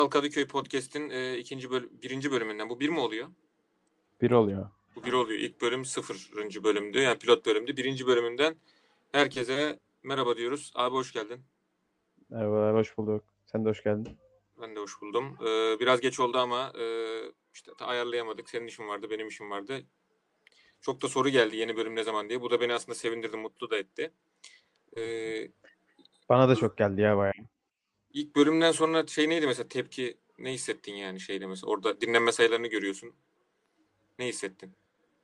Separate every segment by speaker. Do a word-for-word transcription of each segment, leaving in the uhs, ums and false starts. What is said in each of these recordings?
Speaker 1: Kadıköy Podcast'in e, ikinci bölüm, birinci bölümünden. Bu bir mi oluyor?
Speaker 2: Bir oluyor.
Speaker 1: Bu bir oluyor. İlk bölüm sıfırıncı bölümdü. Yani pilot bölümdü. Birinci bölümünden herkese merhaba diyoruz. Abi hoş geldin.
Speaker 2: Merhabalar, hoş bulduk. Sen de hoş geldin.
Speaker 1: Ben de hoş buldum. Ee, biraz geç oldu ama e, işte ayarlayamadık. Senin işin vardı, benim işim vardı. Çok da soru geldi yeni bölüm ne zaman diye. Bu da beni aslında sevindirdi, mutlu da etti. Ee,
Speaker 2: Bana da çok geldi ya bayağı.
Speaker 1: ilk bölümden sonra şey neydi mesela, tepki ne hissettin yani şeyde mesela? Orada dinlenme sayılarını görüyorsun. Ne hissettin?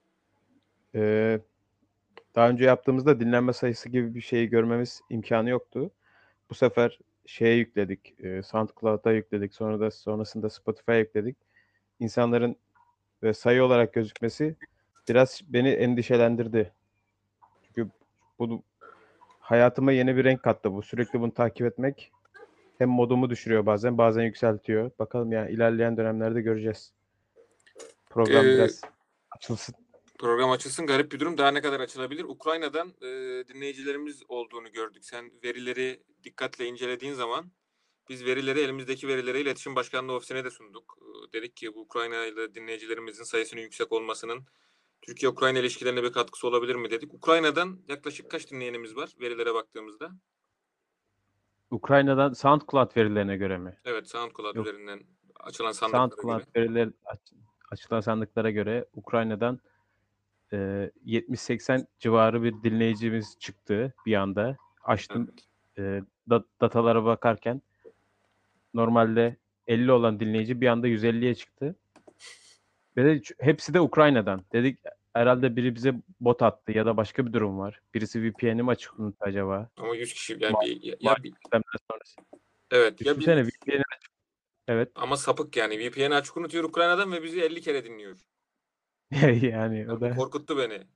Speaker 2: Ee, Daha önce yaptığımızda dinlenme sayısı gibi bir şeyi görmemiz imkanı yoktu. Bu sefer şeye yükledik, e, SoundCloud'a yükledik, sonra da sonrasında Spotify'a yükledik. İnsanların ve sayı olarak gözükmesi biraz beni endişelendirdi. Çünkü bu hayatıma yeni bir renk kattı bu. Sürekli bunu takip etmek hem modumu düşürüyor bazen, bazen yükseltiyor. Bakalım ya ilerleyen dönemlerde göreceğiz. Program
Speaker 1: Ee,
Speaker 2: biraz açılsın.
Speaker 1: Program açılsın, garip bir durum. Daha ne kadar açılabilir? Ukrayna'dan e, dinleyicilerimiz olduğunu gördük. Sen verileri dikkatle incelediğin zaman biz verileri elimizdeki verileri İletişim Başkanlığı Ofisi'ne de sunduk. E, dedik ki bu Ukrayna ile dinleyicilerimizin sayısının yüksek olmasının Türkiye-Ukrayna ilişkilerine bir katkısı olabilir mi dedik. Ukrayna'dan yaklaşık kaç dinleyenimiz var verilere baktığımızda?
Speaker 2: Ukrayna'dan SoundCloud verilerine göre mi?
Speaker 1: Evet, SoundCloud
Speaker 2: Yok.
Speaker 1: üzerinden açılan sandıklara
Speaker 2: SoundCloud
Speaker 1: göre.
Speaker 2: verileri aç- açılan sandıklara göre Ukrayna'dan e, yetmiş seksen civarı bir dinleyicimiz çıktı bir anda. Açtım
Speaker 1: Evet.
Speaker 2: e, da- datalara bakarken normalde elli olan dinleyici bir anda yüz elliye çıktı. Ve de ç- hepsi de Ukrayna'dan. Dedik herhalde biri bize bot attı ya da başka bir durum var. Birisi V P N'i mi açık unuttu acaba?
Speaker 1: Ama yüz kişi yani
Speaker 2: Mal,
Speaker 1: bir, ya,
Speaker 2: mal
Speaker 1: ya bir
Speaker 2: işlemler sonrası.
Speaker 1: evet ya bir
Speaker 2: Düşünsene V P N'i açık. Evet.
Speaker 1: ama sapık yani V P N'i açık unutuyor Ukrayna'dan ve bizi elli kere dinliyor.
Speaker 2: Yani o
Speaker 1: Yani bu
Speaker 2: da
Speaker 1: korkuttu beni.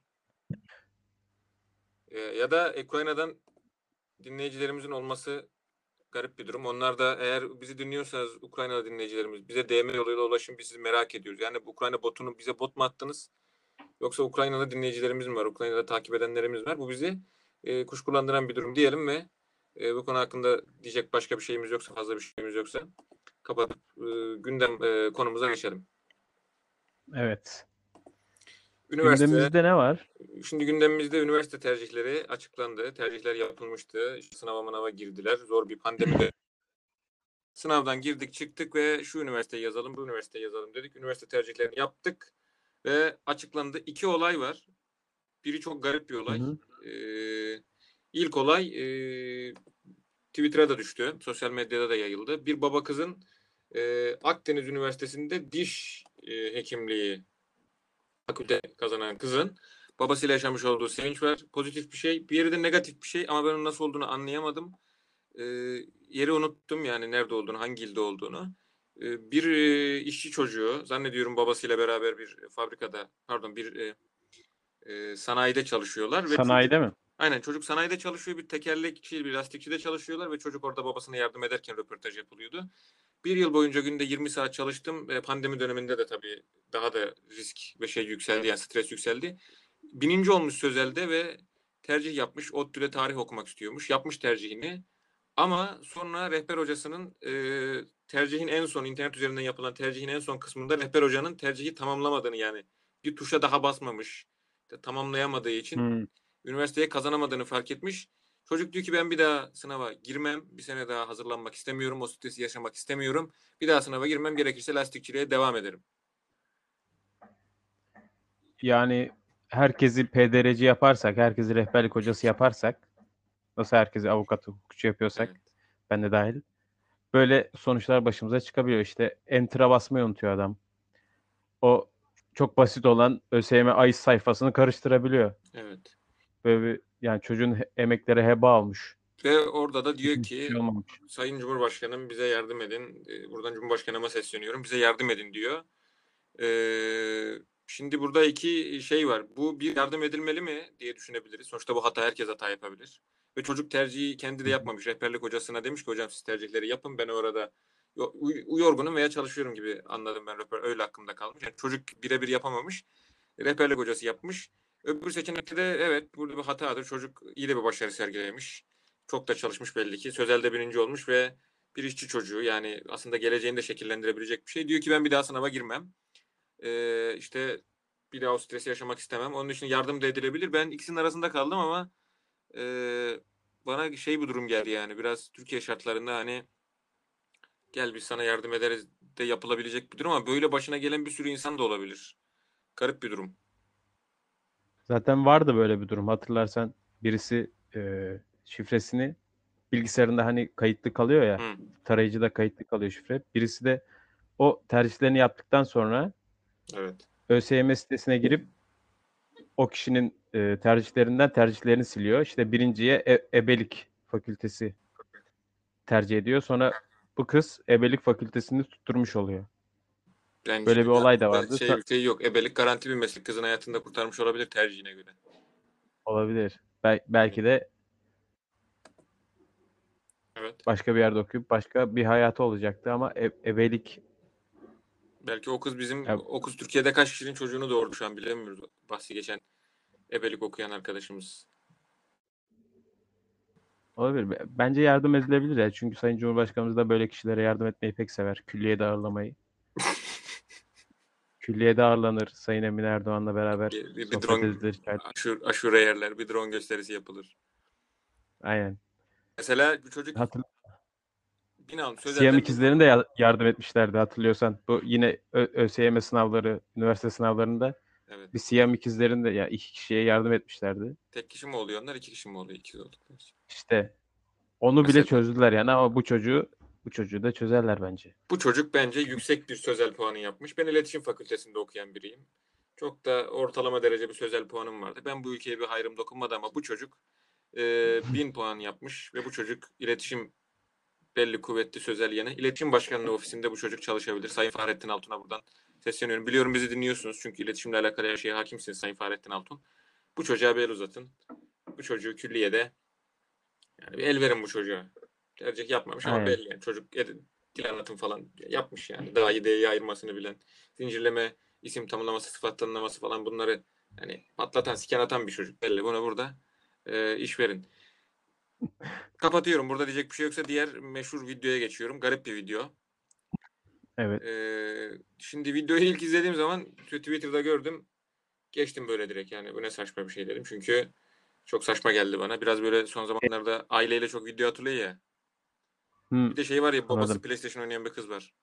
Speaker 1: Ee, ya da Ukrayna'dan dinleyicilerimizin olması garip bir durum. Onlar da eğer bizi dinliyorsanız Ukraynalı dinleyicilerimiz bize D M yoluyla ulaşın, biz sizi merak ediyoruz. Yani bu Ukrayna botunu bize bot mu attınız? Yoksa Ukraynalı dinleyicilerimiz mi var? Ukrayna'da takip edenlerimiz var. Bu bizi e, kuşkulandıran bir durum diyelim ve e, bu konu hakkında diyecek başka bir şeyimiz yoksa, fazla bir şeyimiz yoksa kapatıp e, gündem e, konumuza geçelim.
Speaker 2: evet.
Speaker 1: Üniversite.
Speaker 2: Gündemimizde ne var?
Speaker 1: Şimdi gündemimizde üniversite tercihleri açıklandı. Tercihler yapılmıştı. İşte sınava mınava girdiler. Zor bir pandemide sınavdan girdik çıktık ve şu üniversiteyi yazalım, bu üniversiteyi yazalım dedik. Üniversite tercihlerini yaptık ve açıklandı. İki olay var. Biri çok garip bir
Speaker 2: Hı
Speaker 1: olay.
Speaker 2: hı.
Speaker 1: Ee, ilk olay e, Twitter'a da düştü. Sosyal medyada da yayıldı. Bir baba kızın e, Akdeniz Üniversitesi'nde diş e, hekimliği fakülte kazanan kızın babasıyla yaşamış olduğu sevinç var. Pozitif bir şey. Bir yeri de negatif bir şey ama ben onun nasıl olduğunu anlayamadım. E, yeri unuttum yani nerede olduğunu, hangi ilde olduğunu. E, bir e, işçi çocuğu zannediyorum babasıyla beraber bir fabrikada, pardon bir e, e, sanayide çalışıyorlar ve çocuk
Speaker 2: Sanayide mi?
Speaker 1: aynen çocuk sanayide çalışıyor, bir tekerlekçi, bir lastikçide çalışıyorlar ve çocuk orada babasına yardım ederken röportaj yapılıyordu. Bir yıl boyunca günde yirmi saat çalıştım. E, pandemi döneminde de tabii daha da risk ve şey yükseldi, yani stres yükseldi. Bininci olmuş sözelde ve tercih yapmış. ODTÜ'de tarih okumak istiyormuş. Yapmış tercihini. Ama sonra rehber hocasının e, tercihin en son, internet üzerinden yapılan tercihin en son kısmında rehber hocanın tercihi tamamlamadığını, yani bir tuşa daha basmamış, tamamlayamadığı için
Speaker 2: Hmm.
Speaker 1: üniversiteye kazanamadığını fark etmiş. Çocuk diyor ki ben bir daha sınava girmem. Bir sene daha hazırlanmak istemiyorum. O stresi yaşamak istemiyorum. Bir daha sınava girmem. Gerekirse lastikçiliğe devam ederim.
Speaker 2: Yani herkesi P D R C yaparsak, herkesi rehberlik hocası yaparsak, nasıl herkesi avukat, hukukçu yapıyorsak,
Speaker 1: Evet.
Speaker 2: ben de dahil, böyle sonuçlar başımıza çıkabiliyor. İşte enter'a basmayı unutuyor adam. O çok basit olan ÖSYM AYİS sayfasını karıştırabiliyor.
Speaker 1: Evet.
Speaker 2: Böyle bir, yani çocuğun he- emekleri heba olmuş.
Speaker 1: Ve orada da diyor
Speaker 2: Hiçbir şey
Speaker 1: ki
Speaker 2: olmamış.
Speaker 1: Sayın Cumhurbaşkanım bize yardım edin. Ee, Buradan Cumhurbaşkanıma sesleniyorum. Bize yardım edin diyor. Ee, şimdi burada iki şey var. Bu bir yardım edilmeli mi diye düşünebiliriz. Sonuçta bu hata, herkes hata yapabilir. Ve çocuk tercihi kendi de
Speaker 2: Hı hı.
Speaker 1: yapmamış. Rehberlik hocasına demiş ki hocam siz tercihleri yapın. Ben orada yorgunum veya çalışıyorum gibi anladım ben. Rehber öyle aklımda kalmış. Yani çocuk birebir yapamamış. Rehberlik hocası yapmış. Öbür seçenekte de evet burada bir hatadır. Çocuk iyi de bir başarı sergilemiş. Çok da çalışmış belli ki. Sözelde birinci olmuş ve Bir işçi çocuğu, yani aslında geleceğini de şekillendirebilecek bir şey. Diyor ki ben bir daha sınava girmem. Ee, işte bir daha o stresi yaşamak istemem. Onun için yardım da edilebilir. Ben ikisinin arasında kaldım ama e, bana şey bir durum geldi yani. Biraz Türkiye şartlarında hani gel biz sana yardım ederiz de yapılabilecek bir durum ama böyle başına gelen bir sürü insan da olabilir. Garip bir durum.
Speaker 2: Zaten vardı böyle bir durum. Hatırlarsan birisi e, şifresini bilgisayarında hani kayıtlı kalıyor ya.
Speaker 1: Hı,
Speaker 2: Tarayıcıda kayıtlı kalıyor şifre. Birisi de o tercihlerini yaptıktan sonra
Speaker 1: evet.
Speaker 2: ÖSYM sitesine girip o kişinin e, tercihlerinden tercihlerini siliyor. İşte birinciye e- ebelik fakültesi tercih ediyor. Sonra bu kız ebelik fakültesini tutturmuş oluyor.
Speaker 1: Bence
Speaker 2: Böyle bir olay da
Speaker 1: dünyada
Speaker 2: vardı.
Speaker 1: şey
Speaker 2: Sa-
Speaker 1: bir şey yok. Ebelik garanti bir meslek. Kızın hayatını da kurtarmış olabilir tercihine göre.
Speaker 2: olabilir. Bel- belki de
Speaker 1: Evet.
Speaker 2: başka bir yerde okuyup başka bir hayatı olacaktı ama e- ebelik
Speaker 1: Belki o kız bizim
Speaker 2: ya,
Speaker 1: o kız Türkiye'de kaç kişinin çocuğunu doğurdu şu an bilemiyoruz. Bahsi geçen ebelik okuyan arkadaşımız.
Speaker 2: olabilir. Be- Bence yardım edilebilir ya. Çünkü Sayın Cumhurbaşkanımız da böyle kişilere yardım etmeyi pek sever. Külliyede ağırlamayı. Külliyede ağırlanır. Sayın Emin Erdoğan'la beraber
Speaker 1: Bir, bir, bir
Speaker 2: sohbet
Speaker 1: drone
Speaker 2: edilir. çay-
Speaker 1: aşure, aşure yerler, bir drone gösterisi yapılır.
Speaker 2: Aynen.
Speaker 1: Mesela bu çocuk
Speaker 2: Hatır
Speaker 1: Binal
Speaker 2: Siyam
Speaker 1: Sözel'den bir
Speaker 2: ikizlerin de ya- yardım etmişlerdi hatırlıyorsan. Bu yine Ö- ÖSYM sınavları, üniversite sınavlarında
Speaker 1: evet.
Speaker 2: bir Siyam ikizlerin de ya iki kişiye yardım etmişlerdi.
Speaker 1: Tek kişi mi oluyor onlar, iki kişi mi oluyor ikiz oldukları için?
Speaker 2: İşte onu bile
Speaker 1: Mesela
Speaker 2: çözdüler yani ama bu çocuğu bu çocuğu da çözerler bence.
Speaker 1: bu çocuk bence yüksek bir sözel puanı yapmış. Ben iletişim fakültesinde okuyan biriyim. Çok da ortalama derece bir sözel puanım vardı. Ben bu ülkeye bir hayrım dokunmadı ama bu çocuk e, bin puan yapmış ve bu çocuk iletişim belli kuvvetli sözel yine. İletişim Başkanlığı ofisinde bu çocuk çalışabilir. Sayın Fahrettin Altun'a buradan sesleniyorum. Biliyorum bizi dinliyorsunuz çünkü iletişimle alakalı her şeye hakimsiniz Sayın Fahrettin Altun. Bu çocuğa bir el uzatın. Bu çocuğu külliyede yani bir el verin bu çocuğa. Tercih yapmamış ama
Speaker 2: Aynen.
Speaker 1: belli yani. Çocuk dil anlatım falan yapmış yani. Daha iyi D'yi ayırmasını bilen. Zincirleme, isim tanımlaması, sıfat tanımlaması falan bunları hani patlatan, siken atan bir çocuk belli. Buna burada e, iş verin. Kapatıyorum. Burada diyecek bir şey yoksa diğer meşhur videoya geçiyorum. Garip bir video.
Speaker 2: Evet.
Speaker 1: Ee, şimdi videoyu ilk izlediğim zaman Twitter'da gördüm. Geçtim böyle direkt yani bu ne saçma bir şey dedim. Çünkü çok saçma geldi bana. Biraz böyle son zamanlarda aileyle çok video atılıyor ya.
Speaker 2: Hı,
Speaker 1: Bir de şey var ya babası
Speaker 2: anladım.
Speaker 1: PlayStation oynayan bir kız var.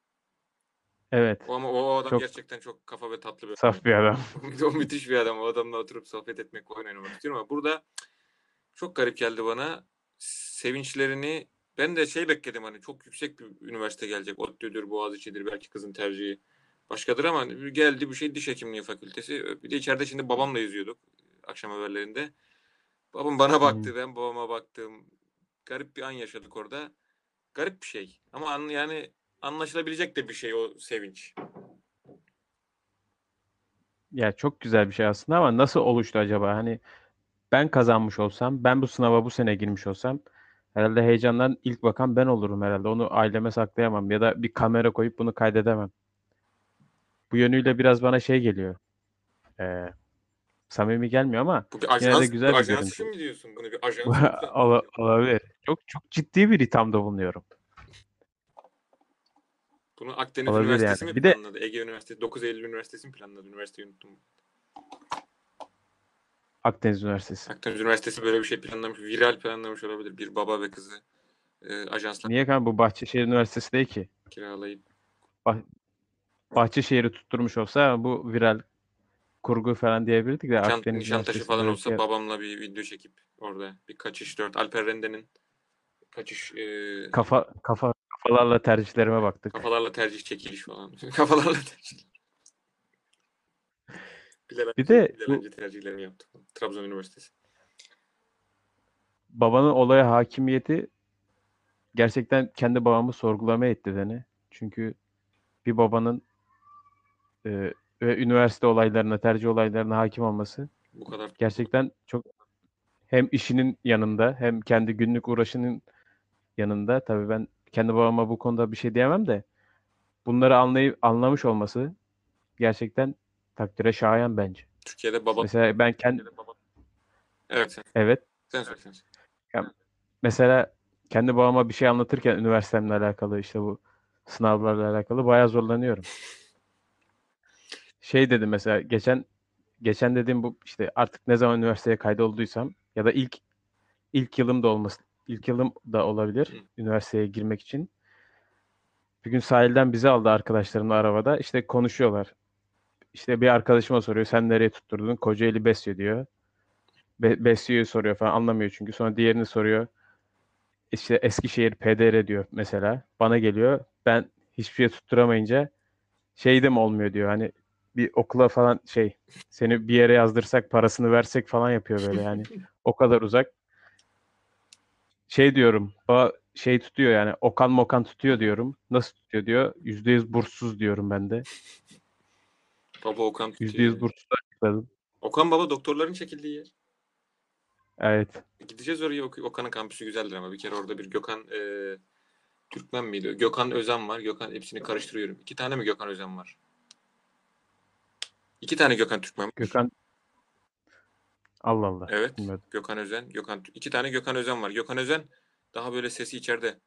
Speaker 2: Evet.
Speaker 1: O ama o, o adam
Speaker 2: Çok
Speaker 1: gerçekten çok kafa ve tatlı bir adam.
Speaker 2: saf bir adam.
Speaker 1: O müthiş bir adam. O adamla oturup sohbet etmek, oyun oynamak istiyorum ama burada çok garip geldi bana. Sevinçlerini ben de şey bekledim hani çok yüksek bir üniversite gelecek. ODTÜ'dür, Boğaziçi'dir belki kızın tercihi başkadır ama geldi bir şey diş hekimliği fakültesi. Bir de içeride şimdi babamla izliyorduk akşam haberlerinde. Babam bana
Speaker 2: Hı.
Speaker 1: baktı, ben babama baktım. Garip bir an yaşadık orada. Garip bir şey ama an, yani anlaşılabilecek de bir şey o sevinç.
Speaker 2: Ya çok güzel bir şey aslında ama nasıl oluştu acaba? Hani ben kazanmış olsam, ben bu sınava bu sene girmiş olsam herhalde heyecandan ilk bakan ben olurum herhalde. Onu aileme saklayamam ya da bir kamera koyup bunu kaydedemem. Bu yönüyle biraz bana şey geliyor. Ee, samimi gelmiyor ama
Speaker 1: Bu bir
Speaker 2: yine de
Speaker 1: ajans, bu bir
Speaker 2: güzel bir
Speaker 1: ajans
Speaker 2: görüntü.
Speaker 1: işi mi diyorsun? Bunu bir ajans yoksa
Speaker 2: Ola- Olabilir. Çok çok ciddi bir ithamda bulunuyorum.
Speaker 1: bunu Akdeniz
Speaker 2: Olabilir yani.
Speaker 1: Üniversitesi mi
Speaker 2: Bir de
Speaker 1: planladı? Ege Üniversitesi, dokuz Eylül Üniversitesi mi planladı? Üniversiteyi unuttum.
Speaker 2: Akdeniz Üniversitesi.
Speaker 1: Akdeniz Üniversitesi böyle bir şey planlamış, viral planlamış olabilir. Bir baba ve kızı e, ajanslar
Speaker 2: Niye kanka bu Bahçeşehir Üniversitesi değil ki?
Speaker 1: kiralayıp
Speaker 2: Bah Bahçeşehir'i tutturmuş olsa bu viral kurgu falan diyebilirdik de
Speaker 1: Nişan,
Speaker 2: Akdeniz
Speaker 1: Nişantaşı
Speaker 2: Üniversitesi
Speaker 1: falan
Speaker 2: böyle bir
Speaker 1: olsa
Speaker 2: şey.
Speaker 1: babamla bir video çekip orada bir kaçış dört Alper Rende'nin kaçış e,
Speaker 2: Kafa kafa kafalarla tercihlerime baktık.
Speaker 1: kafalarla tercih çekiliş falan. Kafalarla tercih. Bilal
Speaker 2: Bir
Speaker 1: Hancı,
Speaker 2: de
Speaker 1: Bilal
Speaker 2: bu
Speaker 1: Hancı tercihlerini yaptı. Trabzon Üniversitesi.
Speaker 2: babanın olaya hakimiyeti gerçekten kendi babamı sorgulamaya itti beni. Çünkü bir babanın e, ve üniversite olaylarına, tercih olaylarına hakim olması
Speaker 1: Bu kadar
Speaker 2: gerçekten çok hem işinin yanında hem kendi günlük uğraşının yanında. Tabii ben kendi babama bu konuda bir şey diyemem de bunları anlayıp anlamış olması gerçekten takdire şayan bence.
Speaker 1: Türkiye'de baba.
Speaker 2: Mesela ben kendi
Speaker 1: Evet sen,
Speaker 2: evet
Speaker 1: sen söyle sen. söyle.
Speaker 2: ya mesela kendi babama bir şey anlatırken üniversitemle alakalı işte bu sınavlarla alakalı bayağı zorlanıyorum. Şey dedim mesela geçen geçen dediğim bu işte artık ne zaman üniversiteye kaydolduysam ya da ilk ilk yılım da olması ilk yılım da olabilir
Speaker 1: Hı.
Speaker 2: üniversiteye girmek için. Bir gün sahilden bizi aldı arkadaşlarımla arabada. İşte konuşuyorlar. İşte bir arkadaşıma soruyor. Sen nereye tutturdun? Kocaeli Besyo diyor. Be Besyo'yu soruyor falan. Anlamıyor çünkü. Sonra diğerini soruyor. İşte Eskişehir P D R diyor mesela. Bana geliyor. Ben hiçbir şey tutturamayınca şey de mi olmuyor diyor. Hani bir okula falan şey seni bir yere yazdırsak parasını versek falan yapıyor böyle yani. O kadar uzak. Şey diyorum. Ba şey tutuyor yani. Okan mokan
Speaker 1: Hı
Speaker 2: tutuyor
Speaker 1: hı.
Speaker 2: diyorum. Nasıl tutuyor diyor. yüzde yüz burssuz diyorum ben de.
Speaker 1: Baba Okan
Speaker 2: yüzde
Speaker 1: tutuyor
Speaker 2: yüz
Speaker 1: ya.
Speaker 2: burssuz açıkladım.
Speaker 1: Okan baba doktorların çekildiği yer.
Speaker 2: Evet.
Speaker 1: Gideceğiz oraya. Ok- Okan'ın kampüsü güzeldir ama bir kere orada bir Gökhan e, Türkmen miydi? Gökhan Özen var. Gökhan hepsini karıştırıyorum. İki tane mi Gökhan Özen var? İki tane Gökhan Türkmen var.
Speaker 2: Gökhan Allah Allah.
Speaker 1: Evet.
Speaker 2: Bilmiyordum.
Speaker 1: Gökhan Özen. Gökhan iki tane Gökhan Özen var. Gökhan Özen daha böyle sesi içeride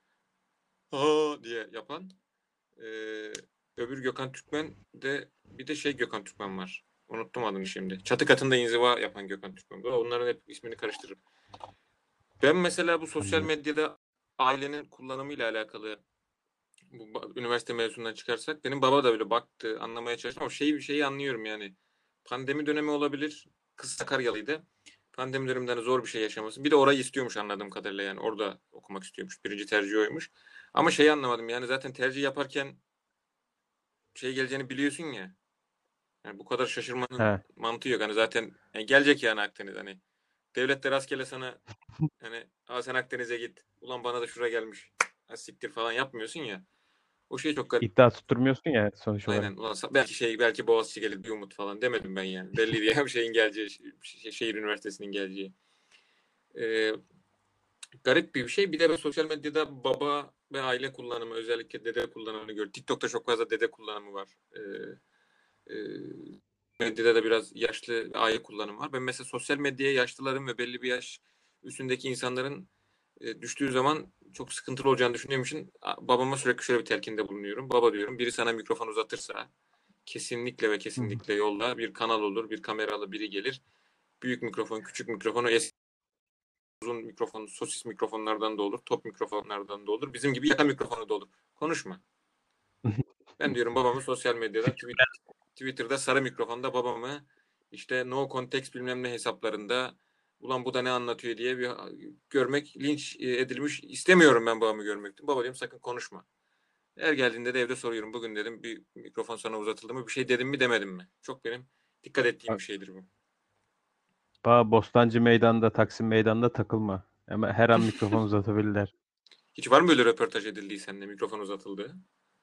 Speaker 1: aa diye yapan. Ee, öbür Gökhan Türkmen de bir de şey Gökhan Türkmen var. Unuttum adını şimdi. Çatı katında inziva yapan Gökhan Türkmen. Onların hep ismini karıştırırım. Ben mesela bu sosyal
Speaker 2: Anladım.
Speaker 1: medyada ailenin kullanımıyla alakalı bu üniversite mezunundan çıkarsak benim baba da böyle baktı, anlamaya çalıştı ama şeyi bir şeyi anlıyorum yani. Pandemi dönemi olabilir. Kız Sakaryalıydı. Pandemi döneminden zor bir şey yaşaması. Bir de orayı istiyormuş anladığım kadarıyla yani orada okumak istiyormuş. Birinci tercih oymuş. Ama şeyi anlamadım yani zaten tercih yaparken şey geleceğini biliyorsun ya. Yani bu kadar şaşırmanın
Speaker 2: He.
Speaker 1: mantığı yok. Hani zaten yani gelecek yani Akdeniz hani. Devlet de rastgele sana hani aa sen Akdeniz'e git. Ulan bana da şuraya gelmiş. Ha, siktir falan yapmıyorsun ya. O şey çok garip.
Speaker 2: İddia tutturmuyorsun ya sonuç olarak.
Speaker 1: Aynen. Ulan belki şey belki Boğaziçi gelir bir umut falan demedim ben yani. Belli diye bir şeyin geleceği şey, şehir üniversitesinin geleceği. Ee, garip bir şey. Bir de ben sosyal medyada baba ve aile kullanımı özellikle dede kullanımını gördüm. TikTok'ta çok fazla dede kullanımı var. Ee, e, medyada da biraz yaşlı aile kullanımı var. Ben mesela sosyal medyaya yaşlıların ve belli bir yaş üstündeki insanların e, düştüğü zaman çok sıkıntılı olacağını düşündüğüm için babama sürekli şöyle bir telkinde bulunuyorum. Baba diyorum biri sana mikrofon uzatırsa kesinlikle ve
Speaker 2: Hı hı.
Speaker 1: kesinlikle yolda bir kanal olur, bir kameralı biri gelir. Büyük mikrofon, küçük mikrofonu, eski uzun mikrofon, sosis mikrofonlardan da olur, top mikrofonlardan da olur. Bizim gibi yaka mikrofonu da olur. Konuşma. Ben diyorum babamı sosyal medyada,
Speaker 2: Küçük.
Speaker 1: tweet, Twitter'da sarı mikrofonda babamı işte no context bilmem ne hesaplarında ulan bu da ne anlatıyor diye bir görmek, linç edilmiş. İstemiyorum ben babamı görmek. Baba diyorum sakın konuşma. Her geldiğinde de evde soruyorum. Bugün dedim bir mikrofon sana uzatıldı mı? Bir şey dedim mi demedim mi? Çok benim dikkat ettiğim bir şeydir bu.
Speaker 2: Ba Bostancı Meydanı'nda, Taksim Meydanı'nda takılma. Ama her an mikrofon uzatabilirler.
Speaker 1: Hiç var mı böyle röportaj edildiği seninle mikrofon uzatıldığı?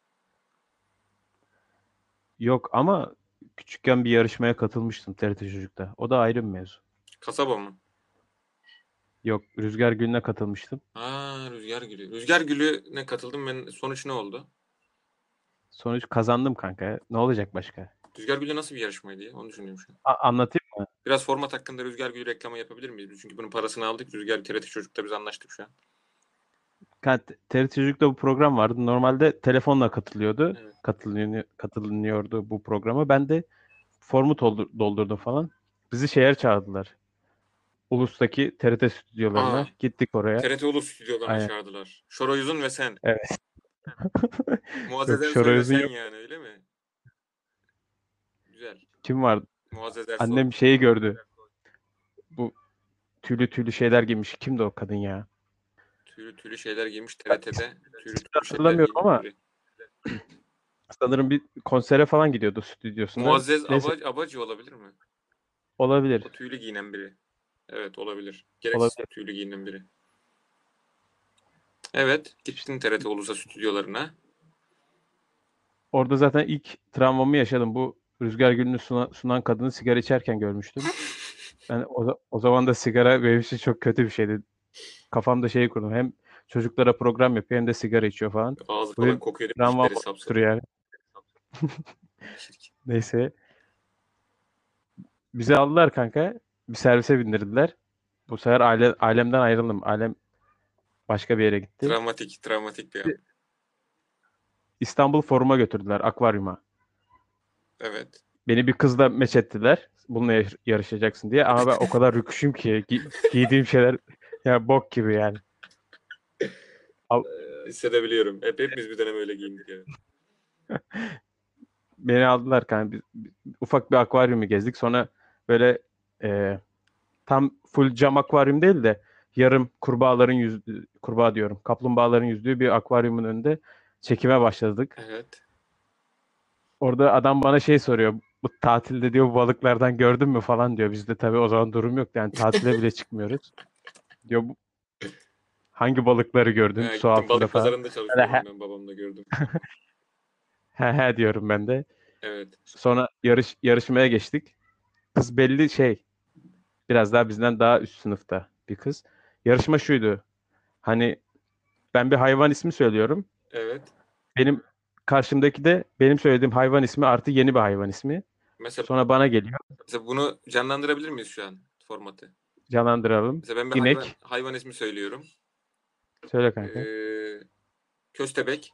Speaker 2: Yok ama küçükken bir yarışmaya katılmıştım T R T Çocuk'ta. O da ayrı bir mevzu.
Speaker 1: Kasaba mı?
Speaker 2: Yok, Rüzgar Gülü'ne katılmıştım.
Speaker 1: Aa Rüzgar Gülü. Rüzgar Gülü ne katıldım ben sonuç ne oldu?
Speaker 2: Sonuç kazandım kanka. Ne olacak başka?
Speaker 1: Rüzgar Gülü nasıl bir yarışmaydı ya? Onu düşünüyorum şu an.
Speaker 2: A anlatayım mı?
Speaker 1: Biraz format hakkında Rüzgar Gülü reklamı yapabilir miyiz? Çünkü bunun parasını aldık. Rüzgar T R T Çocuk'ta biz anlaştık şu an.
Speaker 2: Kanka, T R T Çocuk'ta bu program vardı. Normalde telefonla katılıyordu.
Speaker 1: Evet.
Speaker 2: Katılınıyor, katılınıyordu bu programa. Ben de formu doldur- doldurdum falan. Bizi şeye çağırdılar. Ulus'taki T R T
Speaker 1: Aa
Speaker 2: stüdyolarına. Gittik oraya.
Speaker 1: T R T Ulus stüdyolarına
Speaker 2: Aynen.
Speaker 1: çağırdılar. Şoray Uzun ve sen.
Speaker 2: Evet.
Speaker 1: Muazzez
Speaker 2: Yok,
Speaker 1: Ersoy
Speaker 2: Şoray
Speaker 1: ve
Speaker 2: Uzun
Speaker 1: sen
Speaker 2: yok.
Speaker 1: yani öyle mi? Güzel.
Speaker 2: Kim vardı?
Speaker 1: Muazzez Ersoy.
Speaker 2: Annem şeyi gördü. Bu tüylü tüylü şeyler giymiş. Kimdi o kadın ya?
Speaker 1: Tüylü tüylü şeyler giymiş T R T'de. Tüylü
Speaker 2: İsmini
Speaker 1: tüylü şeyler
Speaker 2: hatırlamıyorum
Speaker 1: giymiş
Speaker 2: ama
Speaker 1: biri.
Speaker 2: sanırım bir konsere falan gidiyordu stüdyosunda.
Speaker 1: Muazzez
Speaker 2: Neyse,
Speaker 1: Abacı, Abacı olabilir mi?
Speaker 2: olabilir.
Speaker 1: O tüylü giyinen biri. Evet olabilir. Gereksiz
Speaker 2: Olabilir.
Speaker 1: tüylü giyinen biri. Evet.
Speaker 2: İşte
Speaker 1: Gittin T R T Ulus'a stüdyolarına.
Speaker 2: orada zaten ilk travmamı yaşadım. Bu Rüzgar Gülü'nü sunan, sunan kadını sigara içerken görmüştüm. Ben o, o zaman da sigara benim için çok kötü bir şeydi. Kafamda şeyi kurdum. Hem çocuklara program yapıyor hem de sigara içiyor falan.
Speaker 1: Ağzı
Speaker 2: Bu
Speaker 1: falan
Speaker 2: benim
Speaker 1: kokuyor değil mi?
Speaker 2: travmam
Speaker 1: Dişleri
Speaker 2: olmuştur
Speaker 1: sapsarı.
Speaker 2: yani.
Speaker 1: Çirkin.
Speaker 2: Neyse. Bizi aldılar kanka. Bir servise bindirdiler. Bu sefer aile, ailemden ayrıldım. Ailem Başka bir yere gitti.
Speaker 1: Travmatik, travmatik bir an.
Speaker 2: İstanbul Forum'a götürdüler, akvaryuma.
Speaker 1: Evet.
Speaker 2: Beni bir kızla meç ettiler. Bununla yar- yarışacaksın diye. Ama ben o kadar rüküşüm ki gi- giydiğim şeyler ya bok gibi yani. Al,
Speaker 1: Ee, hissedebiliyorum. Hep hepimiz bir dönem öyle giyindik yani.
Speaker 2: beni aldılar kanka. Biz- biz ufak bir akvaryumu gezdik. Sonra böyle e, tam full cam akvaryum değil de yarım kurbağaların yüzdüğü, kurbağa diyorum, kaplumbağaların yüzdüğü bir akvaryumun önünde çekime başladık.
Speaker 1: Evet.
Speaker 2: Orada adam bana şey soruyor. Bu tatilde diyor bu balıklardan gördün mü falan diyor. Bizde tabii o zaman durum yok. Yani tatile bile çıkmıyoruz. Diyor bu hangi balıkları gördün
Speaker 1: Ha,
Speaker 2: su
Speaker 1: gittim
Speaker 2: altında
Speaker 1: balık
Speaker 2: falan.
Speaker 1: pazarında
Speaker 2: Ben de he,
Speaker 1: çalışıyorum ben babamla gördüm.
Speaker 2: he, he diyorum ben de.
Speaker 1: Evet.
Speaker 2: Sonra yarış yarışmaya geçtik. Kız belli şey biraz daha bizden daha üst sınıfta bir kız. Yarışma şuydu. Hani ben bir hayvan ismi söylüyorum.
Speaker 1: Evet.
Speaker 2: Benim karşımdaki de benim söylediğim hayvan ismi artı yeni bir hayvan ismi.
Speaker 1: Mesela,
Speaker 2: Sonra bana geliyor.
Speaker 1: mesela bunu canlandırabilir miyiz şu an formatı?
Speaker 2: Canlandıralım.
Speaker 1: Mesela ben bir hayvan
Speaker 2: İnek.
Speaker 1: hayvan ismi söylüyorum.
Speaker 2: Söyle kanka.
Speaker 1: Ee, köstebek.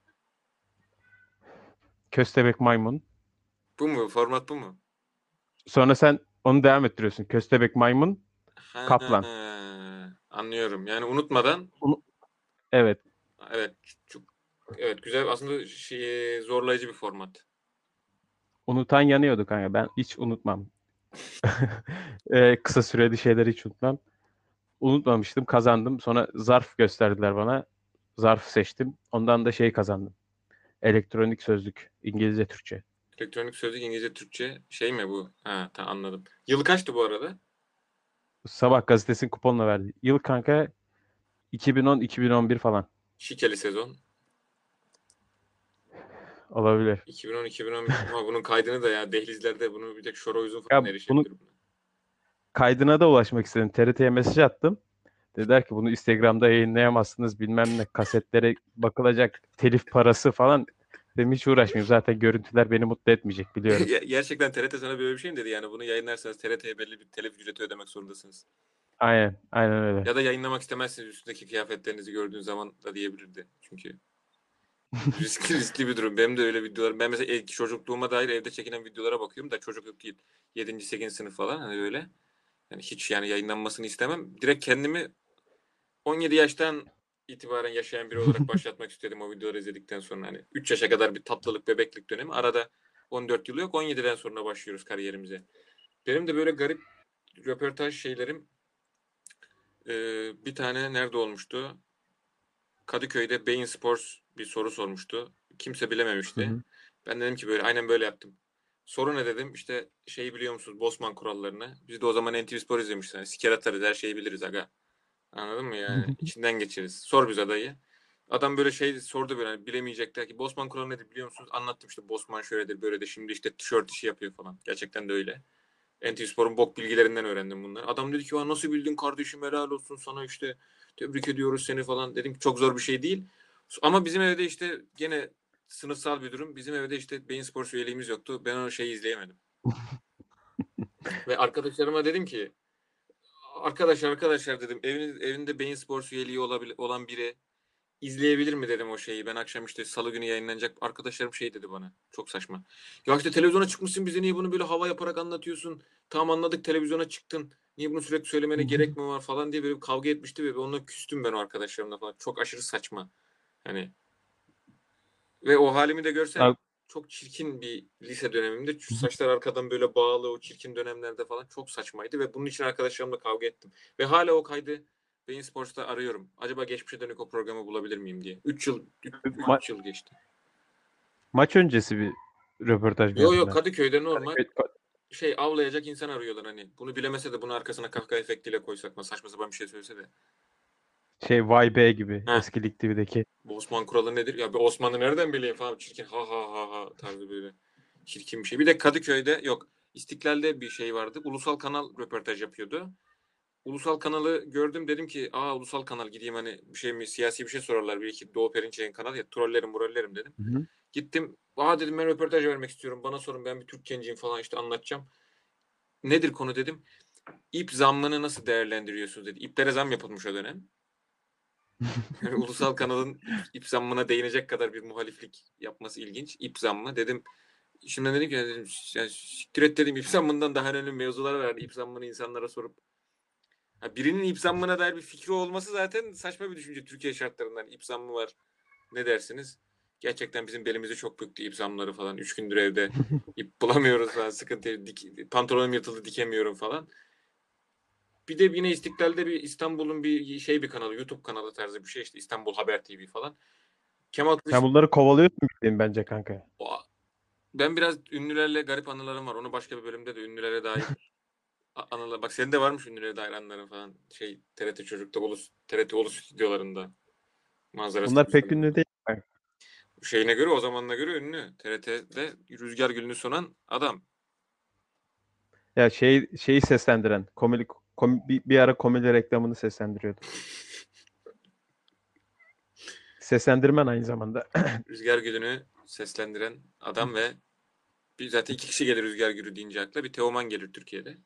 Speaker 2: Köstebek maymun.
Speaker 1: Bu mu? Format bu mu?
Speaker 2: Sonra sen onu devam ettiriyorsun. Köstebek maymun.
Speaker 1: Ha,
Speaker 2: Kaplan.
Speaker 1: anlıyorum. Yani unutmadan
Speaker 2: Unu- Evet.
Speaker 1: evet çok evet güzel aslında şey, zorlayıcı bir format.
Speaker 2: Unutan yanıyordu kanka. Ben hiç unutmam. Ee, kısa süreli şeyleri hiç unutmam. Unutmamıştım. Kazandım. Sonra zarf gösterdiler bana. Zarfı seçtim. Ondan da şey kazandım. Elektronik sözlük. İngilizce, Türkçe.
Speaker 1: Elektronik sözlük İngilizce Türkçe şey mi bu? Ha tamam anladım. Yılı kaçtı bu arada?
Speaker 2: Sabah gazetesinin kuponla verdi. Yıl kanka iki bin on iki bin on bir falan.
Speaker 1: Şikeli sezon.
Speaker 2: Olabilir.
Speaker 1: iki bin on iki bin on bir ama bunun kaydını da ya dehlizlerde bunu bir tek Şoro Uzun falan
Speaker 2: Ya bunun
Speaker 1: erişebilir buna.
Speaker 2: kaydına da ulaşmak istedim. T R T'ye mesaj attım. Dediler ki bunu Instagram'da yayınlayamazsınız bilmem ne. Kasetlere bakılacak telif parası falan. Dedim hiç uğraşmayayım. Zaten görüntüler beni mutlu etmeyecek biliyorum.
Speaker 1: Gerçekten T R T sana böyle bir şey mi dedi yani bunu yayınlarsanız T R T'ye belli bir telif ücreti ödemek zorundasınız.
Speaker 2: Aynen. Aynen öyle.
Speaker 1: Ya da yayınlamak istemezsiniz üstündeki kıyafetlerinizi gördüğün zaman da diyebilirdi. Çünkü riskli riskli bir durum. Benim de öyle videolar. Ben mesela ilk çocukluğuma dair evde çekilen videolara bakıyorum da çocukluk değil. yedinci sekizinci sınıf falan hani öyle. Yani hiç yani yayınlanmasını istemem. Direkt kendimi on yedi yaştan itibaren yaşayan biri olarak başlatmak istedim o videoları izledikten sonra. Hani üç yaşa kadar bir tatlılık, bebeklik dönemi. Arada on dört yıl yok. on yediden sonra başlıyoruz kariyerimize. Benim de böyle garip röportaj şeylerim ee, bir tane nerede olmuştu? Kadıköy'de Bein Sports bir soru sormuştu. Kimse
Speaker 2: Hı
Speaker 1: bilememişti.
Speaker 2: hı.
Speaker 1: Ben dedim ki böyle aynen böyle yaptım. Soru ne dedim? İşte şeyi biliyor musunuz? Bosman kurallarını. Biz de o zaman N T V Spor izlemişiz. Yani siker atarız her şeyi biliriz aga. Anladın mı yani? İçinden geçeriz. Sor bize adayı. Adam böyle şey sordu böyle hani bilemeyecekler ki Bosman kuralı nedir biliyor musunuz? Anlattım işte Bosman şöyledir böyledir. Şimdi işte tişört işi yapıyor falan. Gerçekten de öyle. N T V Spor'un bok bilgilerinden öğrendim bunları. Adam dedi ki nasıl bildin kardeşim helal olsun sana işte tebrik ediyoruz seni falan. Dedim ki çok zor bir şey değil. Ama bizim evde işte gene sınıfsal bir durum. Bizim evde işte Bein Sports üyeliğimiz yoktu. Ben o şeyi izleyemedim. Ve arkadaşlarıma dedim ki arkadaşlar arkadaşlar dedim eviniz, evinde Bein Sports üyeliği olabil, olan biri izleyebilir mi dedim o şeyi. Ben akşam işte salı günü yayınlanacak. Arkadaşlarım şey dedi bana. Çok saçma. Ya işte televizyona çıkmışsın bize niye bunu böyle hava yaparak anlatıyorsun? Tamam anladık televizyona çıktın. Niye bunu sürekli söylemene gerek mi var falan diye böyle bir kavga etmişti ve onunla küstüm ben o arkadaşlarımla falan. Çok aşırı saçma. Hani ve o halimi de görsen
Speaker 2: Abi,
Speaker 1: çok çirkin bir lise dönemimde. Saçlar arkadan böyle bağlı o çirkin dönemlerde falan çok saçmaydı ve bunun için arkadaşlarımla kavga ettim. Ve hala o kaydı Bein Sports'ta arıyorum. Acaba geçmişe dönük o programı bulabilir miyim diye. üç yıl
Speaker 2: ma-
Speaker 1: üç yıl geçti.
Speaker 2: maç öncesi bir röportaj mı
Speaker 1: Yo yo
Speaker 2: yaptılar?
Speaker 1: Kadıköy'de normal
Speaker 2: Kadıköy,
Speaker 1: şey avlayacak insan arıyorlar hani. Bunu bilemese de bunu arkasına kahkaha efektiyle koysak mı saçma sapan bir şey söylese de.
Speaker 2: şey Y B gibi
Speaker 1: Heh.
Speaker 2: eski Lig T V'deki.
Speaker 1: Bu Osman kuralı nedir? Ya bir Osman'ı nereden bileyim falan çirkin ha ha ha ha tarzı böyle çirkin bir şey. Bir de Kadıköy'de yok İstiklal'de bir şey vardı. Ulusal kanal röportaj yapıyordu. Ulusal kanalı gördüm dedim ki aa ulusal kanal gideyim hani bir şey mi siyasi bir şey sorarlar. Bir iki Doğu Perinçek'in kanalı ya trollerim morallerim dedim.
Speaker 2: Hı hı.
Speaker 1: Gittim aa dedim ben röportaj vermek istiyorum. Bana sorun ben bir Türk genciyim falan işte anlatacağım. Nedir konu dedim. İp zammını nasıl değerlendiriyorsunuz dedi. İplere zam yapılmış o dönem. Yani ulusal kanalın ip, ip zammına değinecek kadar bir muhaliflik yapması ilginç. İp zammı dedim. Şimdi dedim ki dedim, yani siktir et dedim, ip zammından daha önemli mevzular var. Yani ip zammını insanlara sorup ha, birinin ip zammına dair bir fikri olması zaten saçma bir düşünce Türkiye şartlarından. İp zammı var. Ne dersiniz? Gerçekten bizim belimizi çok büktü ip zamları falan. Üç gündür evde ip bulamıyoruz falan. Sıkıntı. Dik, pantolonum yırtıldı, dikemiyorum falan. Bir de yine İstiklal'de bir İstanbul'un bir şey bir kanalı, YouTube kanalı tarzı bir şey işte, İstanbul Haber T V falan. Kemal
Speaker 2: Sen
Speaker 1: Kılıç,
Speaker 2: bunları kovalıyorsun bildiğin bence kanka.
Speaker 1: o- ben biraz ünlülerle garip anılarım var. Onu başka bir bölümde de ünlülere dair a- anılar. Bak senin de varmış ünlülere dair anıların falan. Şey T R T Çocuk'ta, Ulus, T R T Ulus stüdyolarında. Manzara
Speaker 2: Bunlar pek
Speaker 1: stüdyolarında.
Speaker 2: ünlü değil kanka.
Speaker 1: Şeyine göre, o zamanına göre ünlü. T R T'de Rüzgar Gülü'nü sunan adam.
Speaker 2: Ya şey şeyi seslendiren, komedi, kom- bir, bir ara komedi reklamını seslendiriyordu. Seslendirmen aynı zamanda.
Speaker 1: Rüzgar Gülü'nü seslendiren adam ve bir, zaten iki kişi gelir Rüzgar Gülü deyince akla. Bir Teoman gelir Türkiye'de.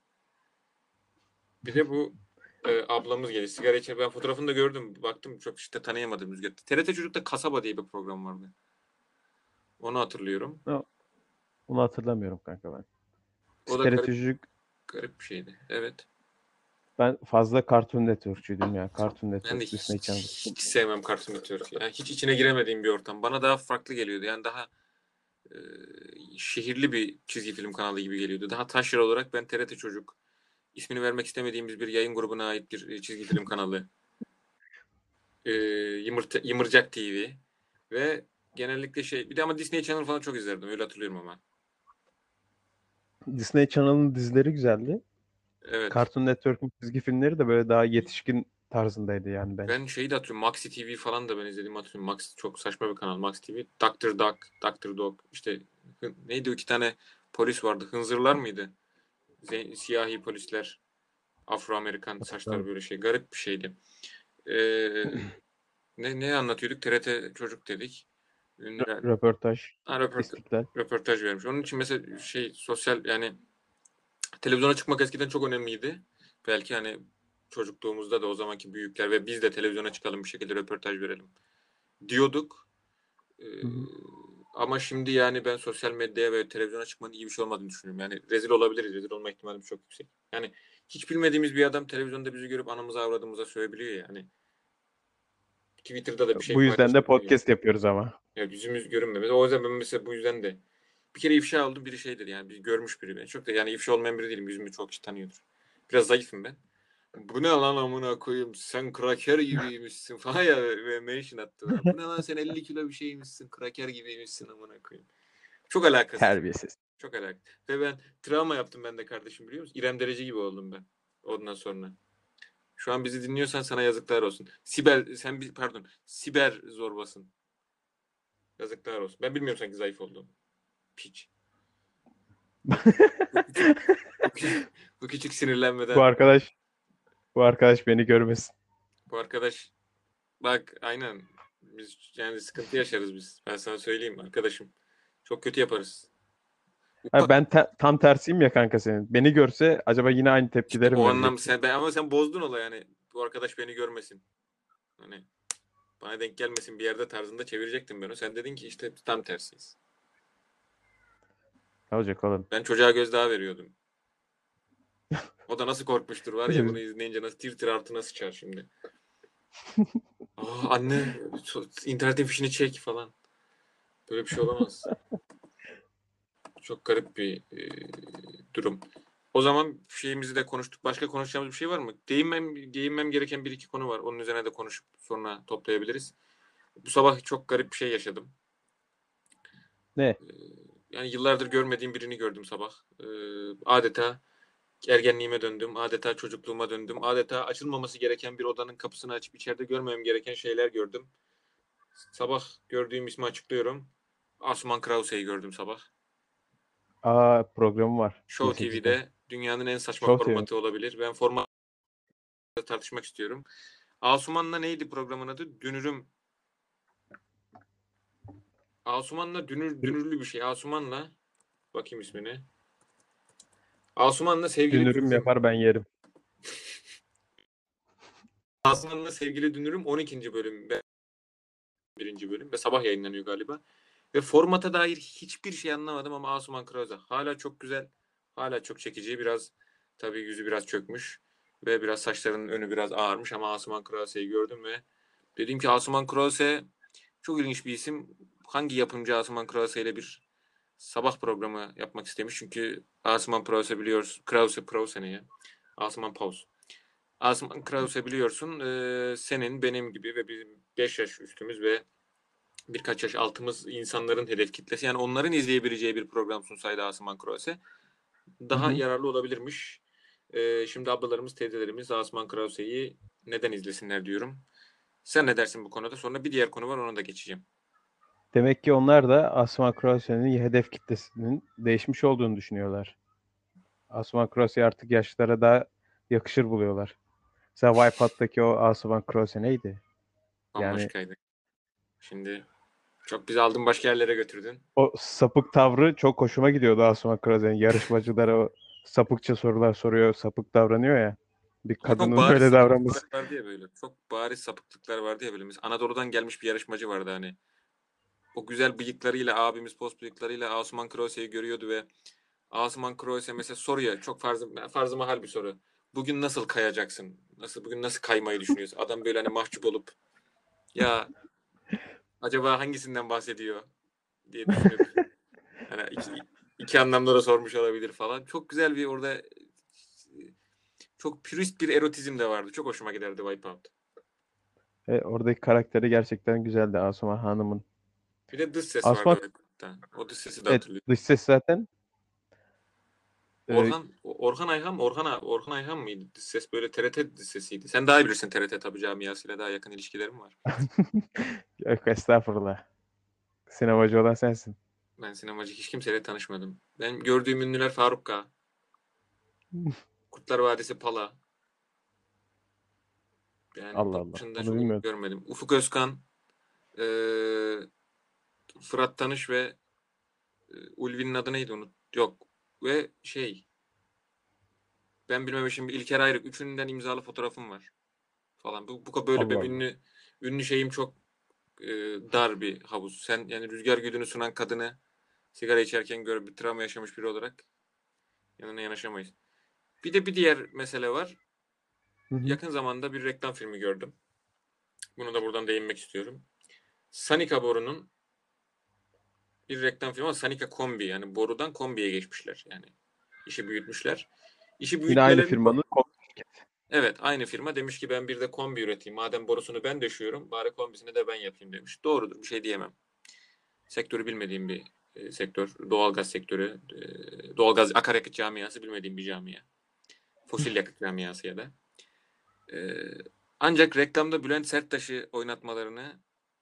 Speaker 1: Bir de bu e, ablamız gelir. Sigara içer. Ben fotoğrafını da gördüm. Baktım, çok işte tanıyamadım Rüzgar. T R T Çocuk'ta Kasaba diye bir program vardı. Onu hatırlıyorum.
Speaker 2: O- Onu hatırlamıyorum kanka ben.
Speaker 1: O da
Speaker 2: T R T
Speaker 1: garip
Speaker 2: Çocuk,
Speaker 1: garip bir şeydi. Evet.
Speaker 2: ben fazla Cartoon Network'çüydüm ya. Cartoon
Speaker 1: Ben de
Speaker 2: Network, Disney
Speaker 1: hiç,
Speaker 2: Channel.
Speaker 1: hiç sevmem Cartoon Network'ü. Yani hiç içine giremediğim bir ortam. Bana daha farklı geliyordu. Yani daha e, şehirli bir çizgi film kanalı gibi geliyordu. Daha taşra olarak ben T R T Çocuk, ismini vermek istemediğimiz bir yayın grubuna ait bir e, çizgi film kanalı, e, Yımırta, Yımırcak T V ve genellikle şey, bir de ama Disney Channel falan çok izlerdim, öyle hatırlıyorum ama.
Speaker 2: Disney Channel'ın dizileri güzeldi.
Speaker 1: Evet.
Speaker 2: Cartoon Network'ün çizgi filmleri de böyle daha yetişkin tarzındaydı yani bence.
Speaker 1: Ben şeyi de hatırlıyorum. Maxi T V falan da ben izlediğimi hatırlıyorum. Max çok saçma bir kanal. Max T V. doktor Duck, doktor Dog. İşte hı- neydi o, iki tane polis vardı. Hınzırlar mıydı? Ze- siyahi polisler. Afro-Amerikan, saçlar
Speaker 2: Hatırlamıyorum.
Speaker 1: böyle şey. Garip bir şeydi. Ee, ne, ne anlatıyorduk? T R T Çocuk dedik. Ünlüler.
Speaker 2: Röportaj,
Speaker 1: Ha, röport-
Speaker 2: İstiklal.
Speaker 1: röportaj vermiş. Onun için mesela şey, sosyal yani televizyona çıkmak eskiden çok önemliydi. Belki hani çocukluğumuzda da o zamanki büyükler ve biz de televizyona çıkalım, bir şekilde röportaj verelim diyorduk. Ee,
Speaker 2: Hı hı.
Speaker 1: ama şimdi yani ben sosyal medyaya ve televizyona çıkmanın iyi bir şey olmadığını düşünüyorum. Yani rezil olabiliriz. Rezil olma ihtimalimiz çok yüksek. Yani hiç bilmediğimiz bir adam televizyonda bizi görüp anamıza avradımıza sövebiliyor yani. Twitter'da da bir şey
Speaker 2: Bu yüzden de
Speaker 1: paylaşabiliyor.
Speaker 2: podcast yapıyoruz ama.
Speaker 1: Ya yüzümüz görünmemesi. O yüzden ben mesela bu yüzden de bir kere ifşa oldum, biri şeydir yani, bir görmüş biri beni. Çok da yani ifşa olmayan biri değilim. Yüzümü çok kişi tanıyordur. Biraz zayıfım ben. Bu ne lan amına koyayım, sen kraker gibiymişsin falan ya, ve mention attı bana. Bu ne lan, sen elli kilo bir şeymişsin, kraker gibiymişsin amına koyayım. Çok alakasız.
Speaker 2: Terbiyesiz.
Speaker 1: Çok alakasız. Ve ben travma yaptım ben de kardeşim, biliyor musun? İrem Derece gibi oldum ben. Ondan sonra. Şu an bizi dinliyorsan sana yazıklar olsun. Siber, sen bir pardon. Siber zorbasın. Yazıklar olsun. Ben bilmiyorum sanki zayıf olduğumu. Piç. Bu küçük, bu küçük, bu küçük
Speaker 2: Bu
Speaker 1: sinirlenmeden
Speaker 2: arkadaş, bu arkadaş beni görmesin.
Speaker 1: bu arkadaş, bak aynen, biz yani sıkıntı yaşarız biz. Ben sana söyleyeyim arkadaşım. Çok kötü yaparız.
Speaker 2: Ha, ben te- tam tersiyim ya kanka senin. Beni görse acaba yine aynı
Speaker 1: İşte
Speaker 2: tepkileri
Speaker 1: o
Speaker 2: mi
Speaker 1: anlam,
Speaker 2: verecek diye.
Speaker 1: sen ben, ama sen bozdun olayı yani. Bu arkadaş beni görmesin. Hani bana denk gelmesin bir yerde tarzında çevirecektim ben onu. Sen dedin ki işte tam tersiyiz.
Speaker 2: Ne olacak oğlum?
Speaker 1: Ben çocuğa gözdağı veriyordum. O da nasıl korkmuştur var
Speaker 2: Neyse
Speaker 1: ya,
Speaker 2: biz
Speaker 1: bunu izleyince nasıl tir tir altına sıçar şimdi. Aa, anne internetin fişini çek falan. Böyle bir şey olamaz. Çok garip bir e, durum. O zaman şeyimizi de konuştuk. Başka konuşacağımız bir şey var mı? Değinmem, değinmem gereken bir iki konu var. Onun üzerine de konuşup sonra toplayabiliriz. Bu sabah çok garip bir şey yaşadım.
Speaker 2: ne?
Speaker 1: Ee, yani yıllardır görmediğim birini gördüm sabah. Ee, adeta ergenliğime döndüm. Adeta çocukluğuma döndüm. Adeta açılmaması gereken bir odanın kapısını açıp içeride görmemem gereken şeyler gördüm. Sabah gördüğüm ismi açıklıyorum. Asuman Krause'yi gördüm sabah.
Speaker 2: Aa, programı var
Speaker 1: Show
Speaker 2: T sekizde.
Speaker 1: T V'de dünyanın en saçma
Speaker 2: Show T V mi?
Speaker 1: formatı olabilir. Ben formatı tartışmak istiyorum. Asuman'la neydi programın adı? Dünürüm. Asuman'la dünür, dünürlü bir şey. Asuman'la bakayım ismini. Asuman'la sevgili
Speaker 2: Dünürüm
Speaker 1: dünürüm.
Speaker 2: yapar ben yerim.
Speaker 1: Asuman'la Sevgili Dünürüm on ikinci bölüm ve birinci bölüm ve sabah yayınlanıyor galiba. Ve formata dair hiçbir şey anlamadım ama Asuman Krause hala çok güzel. Hala çok çekici. Biraz tabii yüzü biraz çökmüş ve biraz saçlarının önü biraz ağarmış ama Asuman Krause'yi gördüm ve dedim ki Asuman Krause çok ilginç bir isim. Hangi yapımcı Asuman Krause ile bir sabah programı yapmak istemiş? Çünkü Asuman Krause biliyoruz. Krause, Krause ne ya? Asuman Paus. Asuman Krause biliyorsun e, senin, benim gibi ve bizim beş yaş üstümüz ve birkaç yaş altımız insanların hedef kitlesi. Yani onların izleyebileceği bir program sunsaydı Asuman Krause
Speaker 2: Hı
Speaker 1: daha
Speaker 2: hı.
Speaker 1: yararlı olabilirmiş. E, şimdi ablalarımız, teyzelerimiz Asuman Krause'yi neden izlesinler diyorum. Sen ne dersin bu konuda? Sonra bir diğer konu var ona da geçeceğim.
Speaker 2: Demek ki onlar da Asuman Krause'nin hedef kitlesinin değişmiş olduğunu düşünüyorlar. Asuman Krause artık yaşlılara daha yakışır buluyorlar. Mesela Wipeout'taki o Asuman Krause neydi? Yani
Speaker 1: Bambaşkaydı. Şimdi çok bizi aldın başka yerlere götürdün.
Speaker 2: o sapık tavrı çok hoşuma gidiyordu Asuman Krause'nin. Yarışmacılara o sapıkça sorular soruyor, sapık davranıyor ya. Bir
Speaker 1: Ama çok
Speaker 2: kadının
Speaker 1: bariz
Speaker 2: öyle
Speaker 1: sapıklıklar
Speaker 2: davranması.
Speaker 1: vardı ya böyle. Çok bariz sapıklıklar vardı ya böyle. Mesela Anadolu'dan gelmiş bir yarışmacı vardı hani. O güzel bıyıklarıyla abimiz post bıyıklarıyla Asuman Kroosa'yı görüyordu ve Asuman Krause mesela soruyor. Çok farzı, farzı mahal bir soru. Bugün nasıl kayacaksın? Nasıl bugün nasıl kaymayı düşünüyorsun? Adam böyle hani mahcup olup ya acaba hangisinden bahsediyor diye düşünüp hani iki, iki anlamda da sormuş olabilir falan. Çok güzel bir orada çok pürist bir erotizm de vardı. Çok hoşuma giderdi Wipeout.
Speaker 2: E, oradaki karakteri gerçekten güzeldi Asuman Hanım'ın.
Speaker 1: Bir de dış ses vardı
Speaker 2: Asuman,
Speaker 1: Wipeout'ta. O dış sesi de
Speaker 2: evet,
Speaker 1: hatırlıyorum.
Speaker 2: dış ses zaten e,
Speaker 1: Orhan Orhan Ayhan mı? Orhan, Orhan Ayhan mıydı? Dış ses böyle T R T dış sesiydi. Sen daha iyi bilirsin T R T tabii camiasıyla daha yakın ilişkilerim var.
Speaker 2: yok estağfurullah. Sinemacı olan sensin.
Speaker 1: Ben sinemacı hiç kimseyle tanışmadım. Ben gördüğüm ünlüler Faruk K. Kurtlar Vadisi Pala. Yani
Speaker 2: Allah
Speaker 1: onun
Speaker 2: Allah.
Speaker 1: dışında
Speaker 2: Onu
Speaker 1: çok ünlü
Speaker 2: bilmiyordum.
Speaker 1: görmedim. Ufuk Özkan, eee, Fırat Tanış ve e, Ulvi'nin adı neydi unut. Yok. Ve şey ben bilmemişim bir İlker Ayrık. Üçünden imzalı fotoğrafım var. Falan. Bu, bu böyle
Speaker 2: Allah
Speaker 1: benim
Speaker 2: Allah.
Speaker 1: ünlü ünlü şeyim çok e, dar bir havuz. Sen yani rüzgar güdünü sunan kadını sigara içerken görüp bir travma yaşamış biri olarak yanına yanaşamayız. Bir de bir diğer mesele var.
Speaker 2: Hı hı.
Speaker 1: Yakın zamanda bir reklam filmi gördüm. Bunu da buradan değinmek istiyorum. Sanika borunun bir reklam filmi ama Sanika kombi yani borudan kombiye geçmişler. Yani işi büyütmüşler. İşi
Speaker 2: Yine aynı
Speaker 1: büyütmelerinin
Speaker 2: firmanın ko-
Speaker 1: evet aynı firma demiş ki ben bir de kombi üreteyim. Madem borusunu ben döşüyorum bari kombisini de ben yapayım demiş. Doğrudur bir şey diyemem. Sektörü bilmediğim bir e, sektör. Doğalgaz sektörü. E, doğalgaz akaryakıt camiası bilmediğim bir camia. Fosil yakıt camiası ya da. E, ancak reklamda Bülent Serttaş'ı oynatmalarını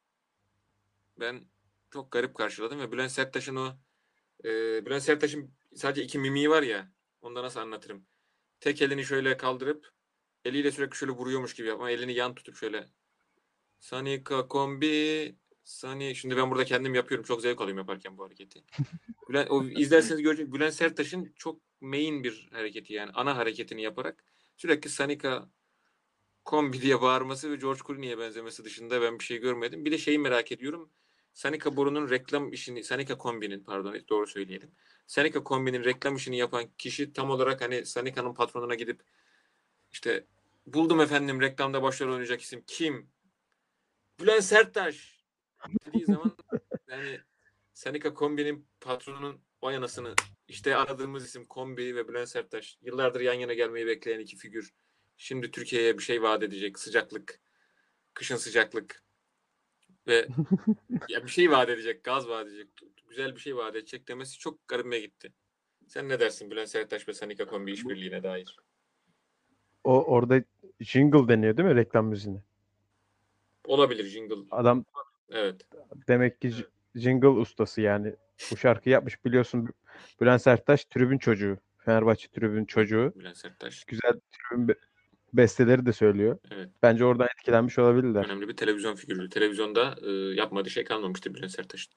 Speaker 1: ben çok garip karşıladım ve Bülent Serttaş'ın o e, Bülent Serttaş'ın sadece iki mimiği var ya onu da nasıl anlatırım. Tek elini şöyle kaldırıp eliyle sürekli şöyle vuruyormuş gibi yapma. Elini yan tutup şöyle Sanika kombi Sani şimdi ben burada kendim yapıyorum. Çok zevk alıyorum yaparken bu hareketi. Bülent, o izlerseniz görecek Bülent Serttaş'ın çok main bir hareketi yani ana hareketini yaparak sürekli Sanika kombi diye bağırması ve George Clooney'e benzemesi dışında ben bir şey görmedim. Bir de şeyi merak ediyorum. Sanika borunun reklam işini, Sanika kombinin pardon doğru söyleyelim. Sanika kombinin reklam işini yapan kişi tam olarak hani Sanika'nın patronuna gidip işte buldum efendim reklamda başrol oynayacak isim kim? Bülent Serttaş dediği zaman yani Sanika Kombi'nin patronunun vay anasını işte aradığımız isim Kombi ve Bülent Serttaş. Yıllardır yan yana gelmeyi bekleyen iki figür. Şimdi Türkiye'ye bir şey vaat edecek. Sıcaklık, kışın sıcaklık ve ya bir şey vaat edecek, gaz vaat edecek, güzel bir şey vaat edecek demesi çok garibime gitti. Sen ne dersin Bülent Serttaş ve Sanika Kombi işbirliğine dair?
Speaker 2: o orada jingle deniyor değil mi reklam müziğine?
Speaker 1: Olabilir jingle.
Speaker 2: Adam
Speaker 1: Evet.
Speaker 2: demek ki j- jingle ustası yani. Bu şarkıyı yapmış biliyorsun. Bülent Serttaş tribün çocuğu. Fenerbahçe tribün
Speaker 1: Evet.
Speaker 2: çocuğu.
Speaker 1: Bülent Serttaş.
Speaker 2: Güzel tribün be- besteleri de söylüyor.
Speaker 1: Evet.
Speaker 2: Bence oradan etkilenmiş olabilirler.
Speaker 1: Önemli bir televizyon figürü. Televizyonda e, yapmadığı şey kalmamıştı Bülent Serttaş'ın.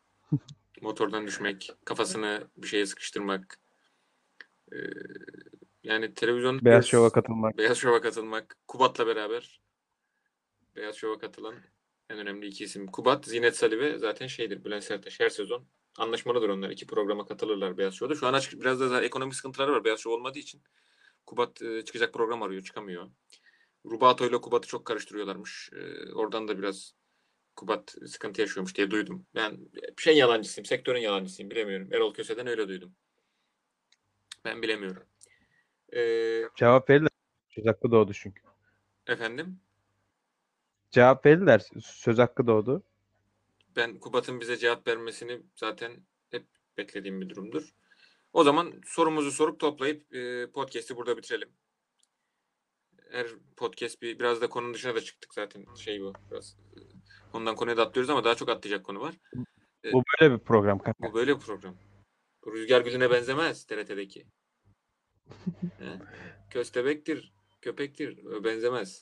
Speaker 1: Motordan düşmek, kafasını bir şeye sıkıştırmak, e, Yani televizyonda
Speaker 2: Beyaz
Speaker 1: görüyoruz.
Speaker 2: Şov'a katılmak.
Speaker 1: Beyaz Şov'a katılmak. Kubat'la beraber Beyaz Şov'a katılan en önemli iki isim. Kubat, Zinet Salih'e zaten şeydir. Bülent Serttaş her sezon anlaşmalıdır onlar. İki programa katılırlar Beyaz Şov'da. Şu an açık biraz da zaten ekonomik sıkıntıları var Beyaz Şov olmadığı için. Kubat e, çıkacak program arıyor, çıkamıyor. Rubato ile Kubat'ı çok karıştırıyorlarmış. E, oradan da biraz Kubat sıkıntı yaşıyormuş diye duydum. Ben şey yalancısıyım, sektörün yalancısıyım bilemiyorum. Erol Köse'den öyle duydum. Ben bilemiyorum. E,
Speaker 2: Cevap verirler. Söz hakkı doğdu çünkü.
Speaker 1: efendim,
Speaker 2: Cevap verirler. Söz hakkı doğdu.
Speaker 1: ben Kubat'ın bize cevap vermesini zaten hep beklediğim bir durumdur. O zaman sorumuzu sorup toplayıp e, podcast'i burada bitirelim. Her podcast bir biraz da konunun dışına da çıktık zaten şey bu biraz. E, konudan konuya da atlıyoruz ama daha çok atlayacak konu var. E,
Speaker 2: Bu böyle bir program kanka.
Speaker 1: bu böyle bir program. Bu Rüzgar Gülü'ne benzemez T R T'deki. He? Köstebektir, köpektir, benzemez.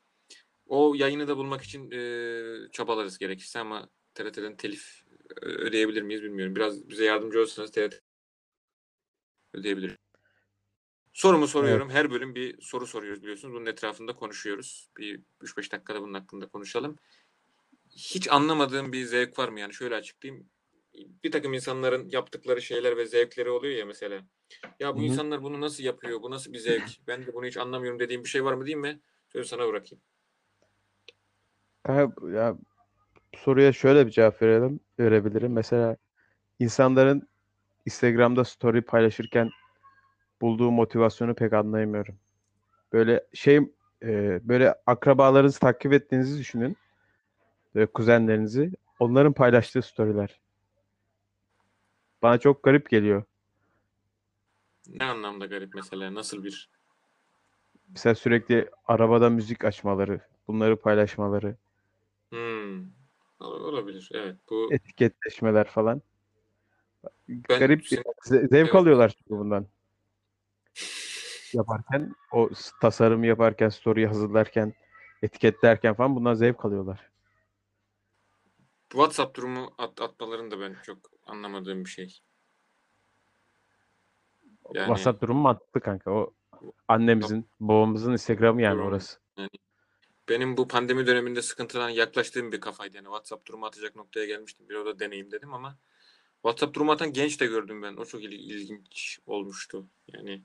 Speaker 1: O yayını da bulmak için e, çabalarız gerekirse ama T R T'den telif ödeyebilir miyiz bilmiyorum. Biraz bize yardımcı olursanız T R T ödeyebilir. Sorumu
Speaker 2: Evet.
Speaker 1: soruyorum. Her bölüm bir soru soruyoruz biliyorsunuz. Bunun etrafında konuşuyoruz. Bir üç beş dakikada bunun hakkında konuşalım. Hiç anlamadığım bir zevk var mı? Yani şöyle açıklayayım. Bir takım insanların yaptıkları şeyler ve zevkleri oluyor ya mesela. Ya bu
Speaker 2: Hı hı.
Speaker 1: insanlar bunu nasıl yapıyor? Bu nasıl bir zevk? Ben de bunu hiç anlamıyorum dediğim bir şey var mı diyeyim mi? Sözü sana bırakayım.
Speaker 2: Kanka, ya bu soruya şöyle bir cevap verelim, verebilirim. Mesela insanların Instagram'da story paylaşırken bulduğu motivasyonu pek anlayamıyorum. Böyle şey e, böyle akrabalarınızı takip ettiğinizi düşünün. Böyle kuzenlerinizi. Onların paylaştığı storyler. Bana çok garip geliyor.
Speaker 1: Ne anlamda garip mesela? Nasıl bir...
Speaker 2: Mesela sürekli arabada müzik açmaları, bunları paylaşmaları,
Speaker 1: Hmm, olabilir. Evet. Bu
Speaker 2: etiketleşmeler falan.
Speaker 1: ben
Speaker 2: Garip,
Speaker 1: sen,
Speaker 2: ze- zevk
Speaker 1: evet.
Speaker 2: alıyorlar çünkü bundan. Yaparken, o s- tasarımı yaparken, story'i hazırlarken, etiketlerken falan bundan zevk alıyorlar.
Speaker 1: WhatsApp durumu at, atmalarını da ben çok anlamadığım bir şey. Yani
Speaker 2: WhatsApp durumu mantıklı kanka. O annemizin, babamızın Instagram'ı yani
Speaker 1: durum
Speaker 2: orası.
Speaker 1: yani benim bu pandemi döneminde sıkıntıdan yaklaştığım bir kafaydı. Yani WhatsApp durumu atacak noktaya gelmiştim. Bir o da deneyim dedim ama WhatsApp durumu atan genç de gördüm ben. O çok il- ilginç olmuştu. Yani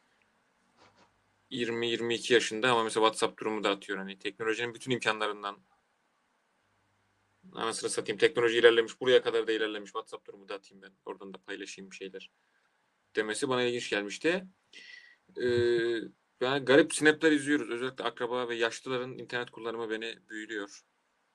Speaker 1: yirmi yirmi iki yaşında ama mesela WhatsApp durumu da atıyor. Hani teknolojinin bütün imkanlarından anasını satayım. Teknoloji ilerlemiş. Buraya kadar da ilerlemiş. WhatsApp durumu da atayım ben. Oradan da paylaşayım bir şeyler demesi bana ilginç gelmişti. Ee, yani garip snapler izliyoruz. Özellikle akraba ve yaşlıların internet kullanımı beni büyülüyor.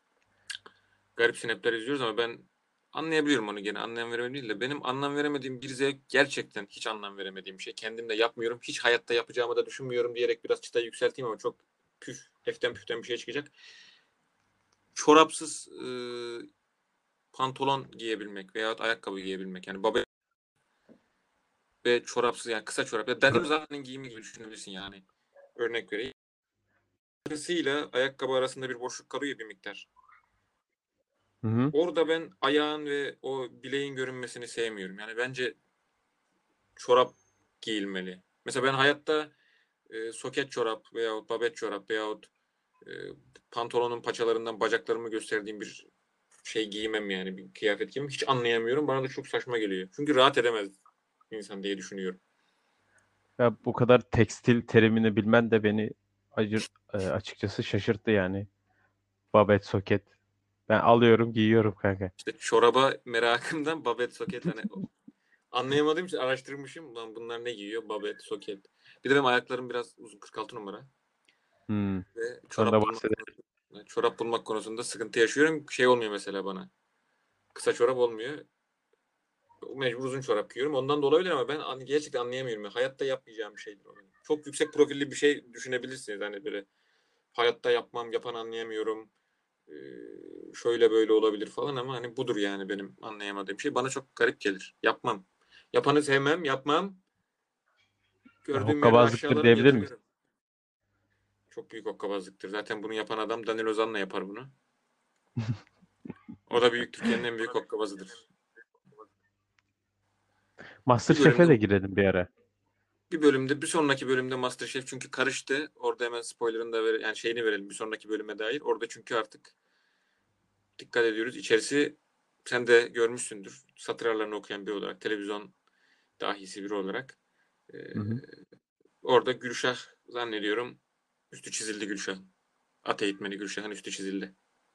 Speaker 1: Garip snapler izliyoruz ama ben anlayabiliyorum onu gene. Anlam veremediğim değil de benim anlam veremediğim bir zevk gerçekten hiç anlam veremediğim bir şey. Kendim de yapmıyorum. Hiç hayatta yapacağımı da düşünmüyorum diyerek biraz çıtayı yükselteyim ama çok püf, eften püften bir şey çıkacak. Çorapsız e, pantolon giyebilmek veya ayakkabı giyebilmek. Yani baba ve çorapsız yani kısa çorap. Ya Danilo Zanna'nın giyimi gibi düşünebilirsin yani. Örnek vereyim. Ayakkabısıyla ayakkabı arasında bir boşluk kalıyor bir miktar.
Speaker 2: Hı hı.
Speaker 1: Orada ben ayağın ve o bileğin görünmesini sevmiyorum. Yani bence çorap giyilmeli. Mesela ben hayatta e, soket çorap veyahut babet çorap veyahut e, pantolonun paçalarından bacaklarımı gösterdiğim bir şey giymem yani bir kıyafet giymem. Hiç anlayamıyorum. Bana da çok saçma geliyor. Çünkü rahat edemez insan diye düşünüyorum.
Speaker 2: Ya bu kadar tekstil terimini bilmen de beni acır, e, açıkçası şaşırttı yani. Babet, soket. Ben alıyorum, giyiyorum kanka.
Speaker 1: İşte çoraba merakımdan babet soket hani anlayamadığım için araştırmışım. Lan bunlar ne giyiyor? Babet, soket. Bir de benim ayaklarım biraz uzun kırk altı numara.
Speaker 2: Hmm.
Speaker 1: Ve
Speaker 2: Ondan da
Speaker 1: çorap bulmak
Speaker 2: bahsedelim.
Speaker 1: konusunda, çorap bulmak konusunda sıkıntı yaşıyorum. Şey olmuyor mesela bana. Kısa çorap olmuyor. Mecbur uzun çorap giyiyorum. Ondan da olabilir ama ben an- gerçekten anlayamıyorum. Yani hayatta yapmayacağım bir şeydir o benim. Çok yüksek profilli bir şey düşünebilirsiniz. Hani böyle hayatta yapmam, yapan anlayamıyorum. Ee, şöyle böyle olabilir falan ama hani budur yani benim anlayamadığım şey. Bana çok garip gelir. Yapmam. Yapanı sevmem, yapmam.
Speaker 2: Ya,
Speaker 1: Gördüğüm yerde
Speaker 2: hokkabazlıktır
Speaker 1: aşağılarım,
Speaker 2: diyebilir miyiz?
Speaker 1: yadırgarım. Çok büyük hokkabazlıktır. Zaten bunu yapan adam Danilo Zann'a yapar bunu. O da büyük Türkiye'nin en büyük hokkabazıdır. Bir
Speaker 2: MasterChef'e
Speaker 1: bölümde
Speaker 2: de girelim bir ara.
Speaker 1: bir bölümde, bir sonraki bölümde MasterChef çünkü karıştı. Orada hemen spoilerını da ver, yani şeyini verelim bir sonraki bölüme dair. Orada çünkü artık dikkat ediyoruz. İçerisi sen de görmüşsündür. Satır aralarını okuyan biri olarak, televizyon dahisi biri olarak. Ee,
Speaker 2: Hı hı.
Speaker 1: Orada Gülşah zannediyorum üstü çizildi Gülşah. At eğitmeni Gülşah'ın üstü çizildi.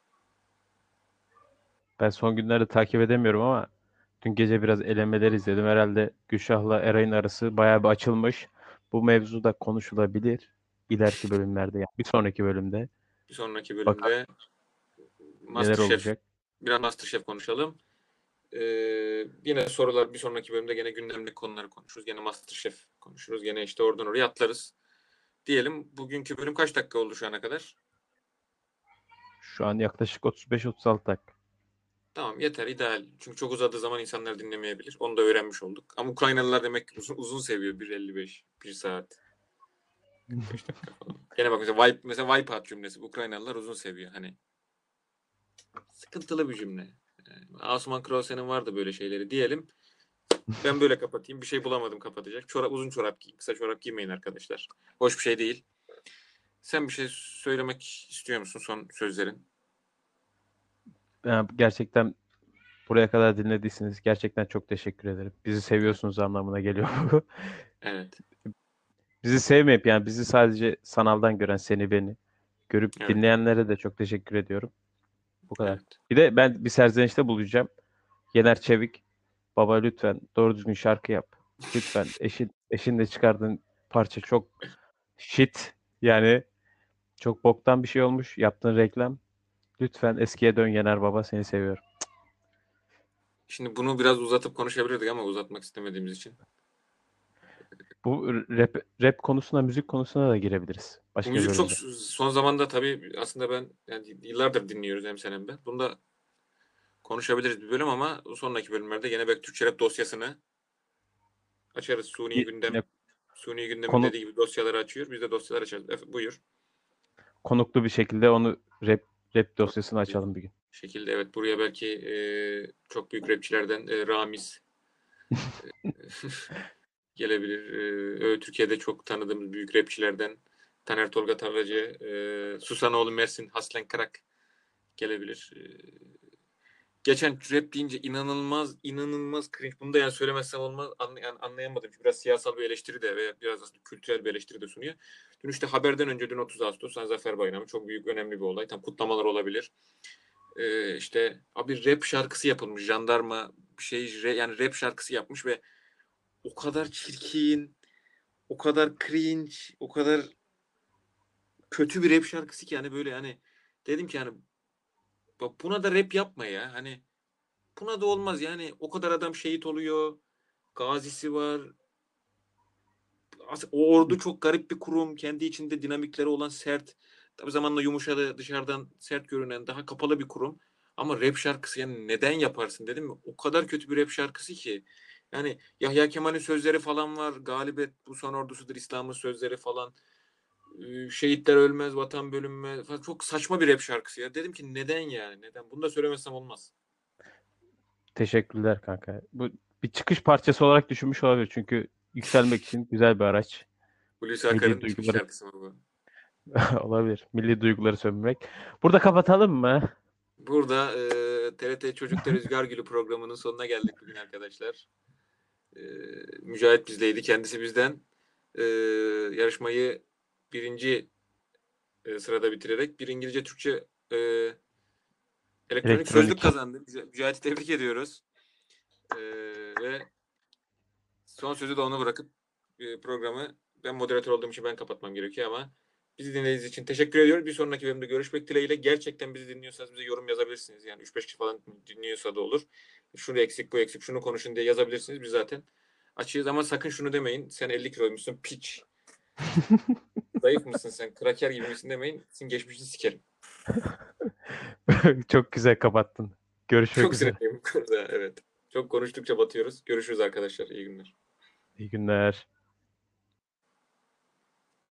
Speaker 2: Ben son günlerde takip edemiyorum ama dün gece biraz elemeleri izledim. Herhalde Gülşah'la Eray'ın arası bayağı bir açılmış. Bu mevzu da konuşulabilir ileriki bölümlerde. Yani bir sonraki bölümde.
Speaker 1: Bir sonraki
Speaker 2: Bakalım
Speaker 1: bölümde
Speaker 2: neler
Speaker 1: MasterChef,
Speaker 2: olacak.
Speaker 1: biraz MasterChef konuşalım. Ee, Yine sorular bir sonraki bölümde gene gündemdeki konuları konuşuruz. Gene MasterChef konuşuruz. Gene işte oradan oraya atlarız. Diyelim bugünkü bölüm kaç dakika oldu şu ana kadar?
Speaker 2: Şu an yaklaşık otuz beş otuz altı dakika.
Speaker 1: Tamam yeter ideal. Çünkü çok uzadığı zaman insanlar dinlemeyebilir. Onu da öğrenmiş olduk. Ama Ukraynalılar demek ki uzun, uzun seviyor. bir elli beş, bir saat, kırk beş dakika falan. Gene bak mesela wipe, mesela wipeout cümlesi. Ukraynalılar uzun seviyor. Hani sıkıntılı bir cümle. Yani, Osman Kroos'un vardı böyle şeyleri diyelim. Ben böyle kapatayım. Bir şey bulamadım kapatacak. Çorap, uzun çorap giyin. Kısa çorap giymeyin arkadaşlar. Hoş bir şey değil. Sen bir şey söylemek istiyor musun son sözlerin?
Speaker 2: Yani gerçekten buraya kadar dinlediyseniz gerçekten çok teşekkür ederim. Bizi
Speaker 1: Evet.
Speaker 2: seviyorsunuz anlamına geliyor bu.
Speaker 1: Evet.
Speaker 2: Bizi sevmeyip yani bizi sadece sanaldan gören seni beni görüp
Speaker 1: Evet.
Speaker 2: dinleyenlere de çok teşekkür ediyorum. Bu kadar.
Speaker 1: Evet.
Speaker 2: Bir de ben bir serzenişte bulacağım. Yener Çevik, baba lütfen doğru düzgün şarkı yap. Lütfen eşin eşinle çıkardığın parça çok shit. Yani çok boktan bir şey olmuş. Yaptığın reklam. Lütfen eskiye dön Yener baba seni seviyorum.
Speaker 1: Şimdi bunu biraz uzatıp konuşabilirdik ama uzatmak istemediğimiz için.
Speaker 2: Bu rap, rap konusuna, müzik konusuna da girebiliriz.
Speaker 1: Bu
Speaker 2: Başka bir
Speaker 1: müzik çok
Speaker 2: bölümde.
Speaker 1: son zamanda tabii aslında ben yani yıllardır dinliyoruz hem sen hem ben. Bunda konuşabiliriz bir bölüm ama sonraki bölümlerde gene belki Türkçe rap dosyasını açarız. Suni
Speaker 2: Y-
Speaker 1: gündem,
Speaker 2: Yine
Speaker 1: Suni gündemin
Speaker 2: konu,
Speaker 1: dediği gibi dosyaları açıyor. Biz de dosyalar açarız. Efe, buyur.
Speaker 2: konuklu bir şekilde onu rap rap dosyasını
Speaker 1: Konuklu bir
Speaker 2: açalım bir gün.
Speaker 1: şekilde evet buraya belki e, çok büyük rapçilerden e, Ramiz gelebilir. E, Türkiye'de çok tanıdığımız büyük rapçilerden Taner Tolga Tarlacı, e, Susanoğlu Mersin, Haslen Kırak gelebilir. E, geçen rap deyince inanılmaz inanılmaz cringe. Bunu da yani söylemezsem olmaz anlay- yani anlayamadım. Çünkü biraz siyasal bir eleştiri de ve biraz aslında kültürel bir eleştiri de sunuyor. Dün işte haberden önce dün otuz Ağustos yani Zafer Bayramı çok büyük önemli bir olay. Tam kutlamalar olabilir. Ee, işte abi rap şarkısı yapılmış. Jandarma bir şey re- yani rap şarkısı yapmış ve o kadar çirkin, o kadar cringe, o kadar kötü bir rap şarkısı ki yani böyle hani dedim ki hani bak buna da rap yapma ya. Hani buna da olmaz yani o kadar adam şehit oluyor. Gazisi var. O ordu çok garip bir kurum. Kendi içinde dinamikleri olan sert. Tabii zamanla yumuşadı. Dışarıdan sert görünen daha kapalı bir kurum. Ama rap şarkısı yani neden yaparsın dedim mi? O kadar kötü bir rap şarkısı ki. Yani Yahya Kemal'in sözleri falan var. Galibet bu son ordusudur İslam'ın sözleri falan. Ee, Şehitler ölmez, vatan bölünmez falan. Çok saçma bir rap şarkısı ya. Dedim ki neden yani? Neden? Bunu da söylemezsem olmaz.
Speaker 2: Teşekkürler kanka. Bu bir çıkış parçası olarak düşünmüş olabilir. Çünkü yükselmek için güzel bir araç.
Speaker 1: Hulusi
Speaker 2: Milli
Speaker 1: Akar'ın çıkış
Speaker 2: duyguları
Speaker 1: şarkısı mı bu?
Speaker 2: olabilir. Milli duyguları sömürmek. Burada kapatalım mı?
Speaker 1: Burada e, T R T Çocuk'ta Rüzgar Gülü programının sonuna geldik bugün arkadaşlar. E, Mücahit bizdeydi. Kendisi bizden e, yarışmayı birinci e, sırada bitirerek bir İngilizce Türkçe e, elektronik sözlük
Speaker 2: Elektronik.
Speaker 1: kazandı. Mücahit'i tebrik ediyoruz. E, ve son sözü de ona bırakıp e, programı ben moderatör olduğum için ben kapatmam gerekiyor ama bizi dinlediğiniz için teşekkür ediyoruz. Bir sonraki bölümde görüşmek dileğiyle. Gerçekten bizi dinliyorsanız bize yorum yazabilirsiniz. Yani üç beş kişi falan dinliyorsa da olur. Şunu eksik bu eksik şunu konuşun diye yazabilirsiniz. Biz zaten açığız ama sakın şunu demeyin. Sen elli kiloymuşsun piç. Zayıf mısın sen? Kraker gibi misin demeyin. Sizin geçmişini sikerim.
Speaker 2: Çok güzel kapattın. Görüşmek
Speaker 1: Çok
Speaker 2: üzere.
Speaker 1: sinirliyim bu konuda. Evet. Çok konuştukça batıyoruz. Görüşürüz arkadaşlar. İyi günler.
Speaker 2: İyi günler.